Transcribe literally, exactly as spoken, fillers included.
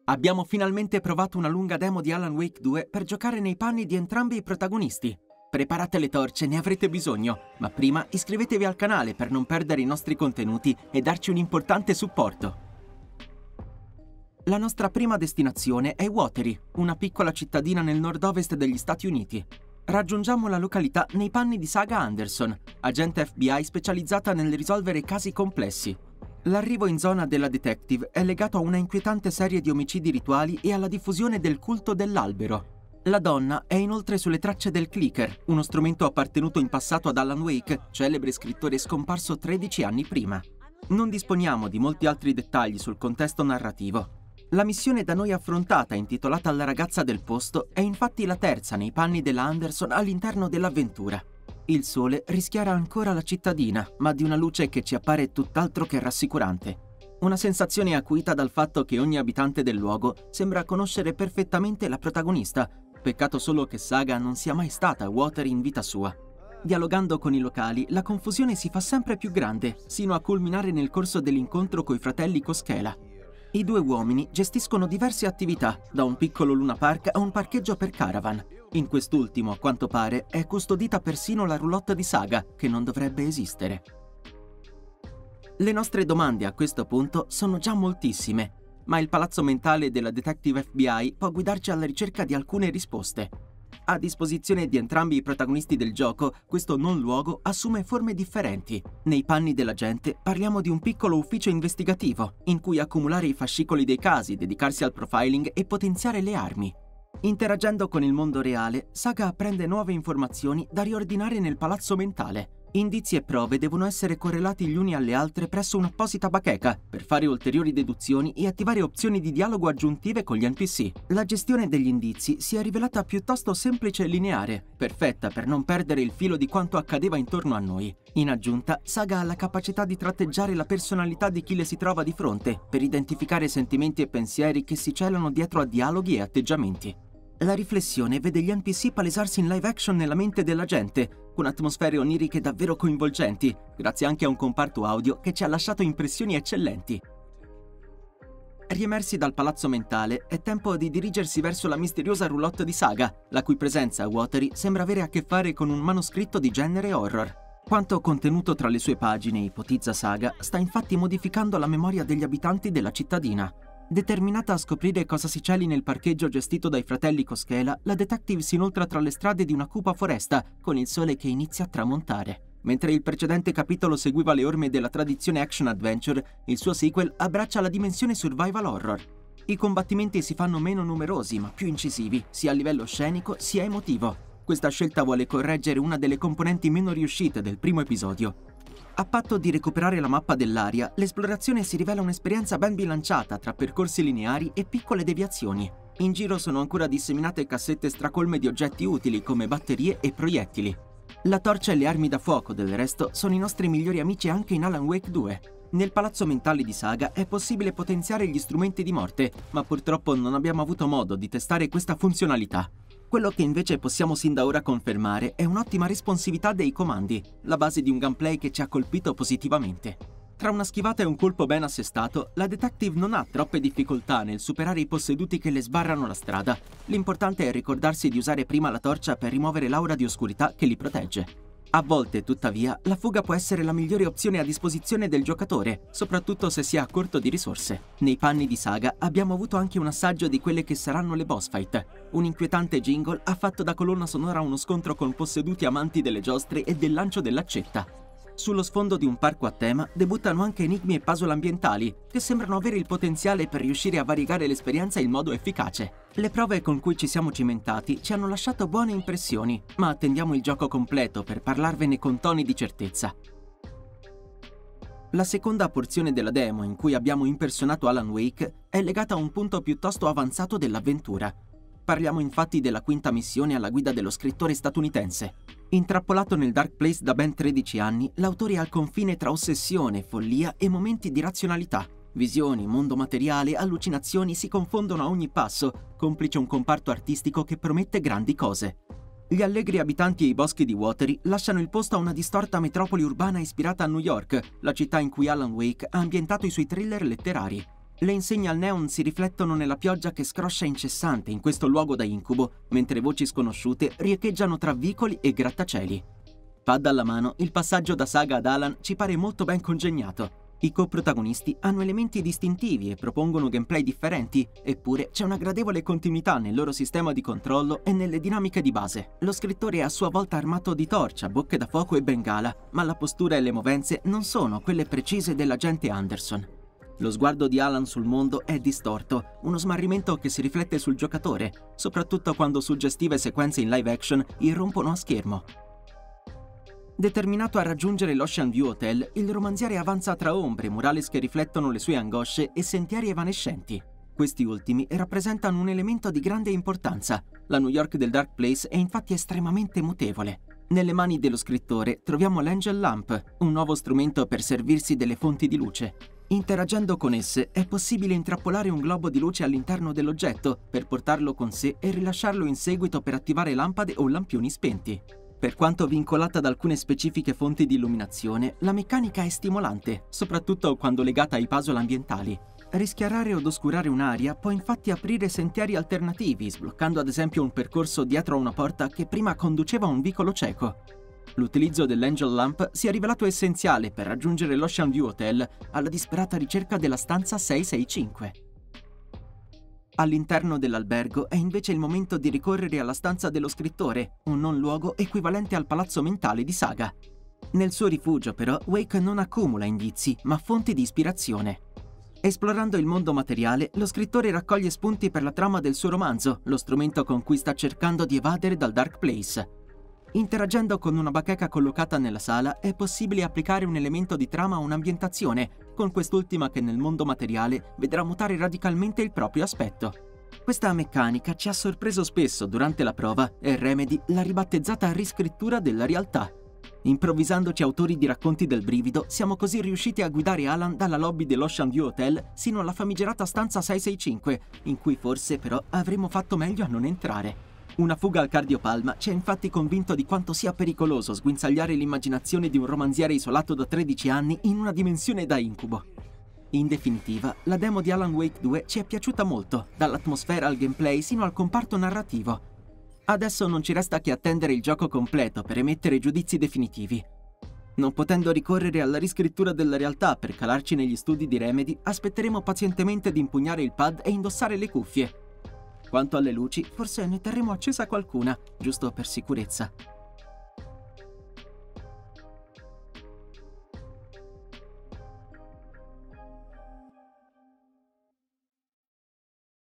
Abbiamo finalmente provato una lunga demo di Alan Wake due per giocare nei panni di entrambi i protagonisti. Preparate le torce, ne avrete bisogno, ma prima iscrivetevi al canale per non perdere i nostri contenuti e darci un importante supporto. La nostra prima destinazione è Watery, una piccola cittadina nel nord-ovest degli Stati Uniti. Raggiungiamo la località nei panni di Saga Anderson, agente F B I specializzata nel risolvere casi complessi. L'arrivo in zona della detective è legato a una inquietante serie di omicidi rituali e alla diffusione del culto dell'albero. La donna è inoltre sulle tracce del clicker, uno strumento appartenuto in passato ad Alan Wake, celebre scrittore scomparso tredici anni prima. Non disponiamo di molti altri dettagli sul contesto narrativo. La missione da noi affrontata, intitolata alla ragazza del posto, è infatti la terza nei panni della Anderson all'interno dell'avventura. Il sole rischiara ancora la cittadina, ma di una luce che ci appare tutt'altro che rassicurante. Una sensazione acuita dal fatto che ogni abitante del luogo sembra conoscere perfettamente la protagonista. Peccato solo che Saga non sia mai stata a Watery in vita sua. Dialogando con i locali, la confusione si fa sempre più grande, sino a culminare nel corso dell'incontro coi fratelli Koskela. I due uomini gestiscono diverse attività, da un piccolo Luna Park a un parcheggio per caravan. In quest'ultimo, a quanto pare, è custodita persino la roulotte di Saga, che non dovrebbe esistere. Le nostre domande a questo punto sono già moltissime, ma il palazzo mentale della Detective F B I può guidarci alla ricerca di alcune risposte. A disposizione di entrambi i protagonisti del gioco, questo non luogo assume forme differenti. Nei panni dell'agente parliamo di un piccolo ufficio investigativo, in cui accumulare i fascicoli dei casi, dedicarsi al profiling e potenziare le armi. Interagendo con il mondo reale, Saga apprende nuove informazioni da riordinare nel palazzo mentale. Indizi e prove devono essere correlati gli uni alle altre presso un'apposita bacheca per fare ulteriori deduzioni e attivare opzioni di dialogo aggiuntive con gli N P C. La gestione degli indizi si è rivelata piuttosto semplice e lineare, perfetta per non perdere il filo di quanto accadeva intorno a noi. In aggiunta, Saga ha la capacità di tratteggiare la personalità di chi le si trova di fronte, per identificare sentimenti e pensieri che si celano dietro a dialoghi e atteggiamenti. La riflessione vede gli N P C palesarsi in live action nella mente della gente, con atmosfere oniriche davvero coinvolgenti, grazie anche a un comparto audio che ci ha lasciato impressioni eccellenti. Riemersi dal palazzo mentale, è tempo di dirigersi verso la misteriosa roulotte di Saga, la cui presenza a Watery sembra avere a che fare con un manoscritto di genere horror. Quanto contenuto tra le sue pagine, ipotizza Saga, sta infatti modificando la memoria degli abitanti della cittadina. Determinata a scoprire cosa si celi nel parcheggio gestito dai fratelli Koskela, la detective si inoltra tra le strade di una cupa foresta, con il sole che inizia a tramontare. Mentre il precedente capitolo seguiva le orme della tradizione action-adventure, il suo sequel abbraccia la dimensione survival horror. I combattimenti si fanno meno numerosi, ma più incisivi, sia a livello scenico sia emotivo. Questa scelta vuole correggere una delle componenti meno riuscite del primo episodio. A patto di recuperare la mappa dell'area, l'esplorazione si rivela un'esperienza ben bilanciata tra percorsi lineari e piccole deviazioni. In giro sono ancora disseminate cassette stracolme di oggetti utili come batterie e proiettili. La torcia e le armi da fuoco, del resto, sono i nostri migliori amici anche in Alan Wake due. Nel palazzo mentale di Saga è possibile potenziare gli strumenti di morte, ma purtroppo non abbiamo avuto modo di testare questa funzionalità. Quello che invece possiamo sin da ora confermare è un'ottima responsività dei comandi, la base di un gameplay che ci ha colpito positivamente. Tra una schivata e un colpo ben assestato, la detective non ha troppe difficoltà nel superare i posseduti che le sbarrano la strada. L'importante è ricordarsi di usare prima la torcia per rimuovere l'aura di oscurità che li protegge. A volte, tuttavia, la fuga può essere la migliore opzione a disposizione del giocatore, soprattutto se si è a corto di risorse. Nei panni di Saga abbiamo avuto anche un assaggio di quelle che saranno le boss fight. Un inquietante jingle ha fatto da colonna sonora uno scontro con posseduti amanti delle giostre e del lancio dell'accetta. Sullo sfondo di un parco a tema debuttano anche enigmi e puzzle ambientali, che sembrano avere il potenziale per riuscire a variegare l'esperienza in modo efficace. Le prove con cui ci siamo cimentati ci hanno lasciato buone impressioni, ma attendiamo il gioco completo per parlarvene con toni di certezza. La seconda porzione della demo, in cui abbiamo impersonato Alan Wake, è legata a un punto piuttosto avanzato dell'avventura. Parliamo infatti della quinta missione alla guida dello scrittore statunitense. Intrappolato nel Dark Place da ben tredici anni, l'autore è al confine tra ossessione, follia e momenti di razionalità. Visioni, mondo materiale, allucinazioni si confondono a ogni passo, complice un comparto artistico che promette grandi cose. Gli allegri abitanti e i boschi di Watery lasciano il posto a una distorta metropoli urbana ispirata a New York, la città in cui Alan Wake ha ambientato i suoi thriller letterari. Le insegne al neon si riflettono nella pioggia che scroscia incessante in questo luogo da incubo, mentre voci sconosciute riecheggiano tra vicoli e grattacieli. Pad alla mano, il passaggio da Saga ad Alan ci pare molto ben congegnato. I coprotagonisti hanno elementi distintivi e propongono gameplay differenti, eppure c'è una gradevole continuità nel loro sistema di controllo e nelle dinamiche di base. Lo scrittore è a sua volta armato di torcia, bocche da fuoco e bengala, ma la postura e le movenze non sono quelle precise dell'agente Anderson. Lo sguardo di Alan sul mondo è distorto, uno smarrimento che si riflette sul giocatore, soprattutto quando suggestive sequenze in live action irrompono a schermo. Determinato a raggiungere l'Ocean View Hotel, il romanziere avanza tra ombre, murales che riflettono le sue angosce e sentieri evanescenti. Questi ultimi rappresentano un elemento di grande importanza. La New York del Dark Place è infatti estremamente mutevole. Nelle mani dello scrittore troviamo l'Angel Lamp, un nuovo strumento per servirsi delle fonti di luce. Interagendo con esse è possibile intrappolare un globo di luce all'interno dell'oggetto per portarlo con sé e rilasciarlo in seguito per attivare lampade o lampioni spenti. Per quanto vincolata ad alcune specifiche fonti di illuminazione, la meccanica è stimolante, soprattutto quando legata ai puzzle ambientali. Rischiarare od oscurare un'area può infatti aprire sentieri alternativi, sbloccando ad esempio un percorso dietro a una porta che prima conduceva a un vicolo cieco. L'utilizzo dell'Angel Lamp si è rivelato essenziale per raggiungere l'Ocean View Hotel alla disperata ricerca della stanza sei sei cinque. All'interno dell'albergo è invece il momento di ricorrere alla stanza dello scrittore, un non luogo equivalente al palazzo mentale di Saga. Nel suo rifugio, però, Wake non accumula indizi, ma fonti di ispirazione. Esplorando il mondo materiale, lo scrittore raccoglie spunti per la trama del suo romanzo, lo strumento con cui sta cercando di evadere dal Dark Place. Interagendo con una bacheca collocata nella sala è possibile applicare un elemento di trama a un'ambientazione, con quest'ultima che nel mondo materiale vedrà mutare radicalmente il proprio aspetto. Questa meccanica ci ha sorpreso spesso durante la prova e Remedy l'ha ribattezzata riscrittura della realtà. Improvvisandoci autori di racconti del brivido, siamo così riusciti a guidare Alan dalla lobby dell'Ocean View Hotel sino alla famigerata stanza sei sei cinque, in cui forse però avremmo fatto meglio a non entrare. Una fuga al cardiopalma ci ha infatti convinto di quanto sia pericoloso sguinzagliare l'immaginazione di un romanziere isolato da tredici anni in una dimensione da incubo. In definitiva, la demo di Alan Wake due ci è piaciuta molto, dall'atmosfera al gameplay sino al comparto narrativo. Adesso non ci resta che attendere il gioco completo per emettere giudizi definitivi. Non potendo ricorrere alla riscrittura della realtà per calarci negli studi di Remedy, aspetteremo pazientemente di impugnare il pad e indossare le cuffie. Quanto alle luci, forse ne terremo accesa qualcuna, giusto per sicurezza.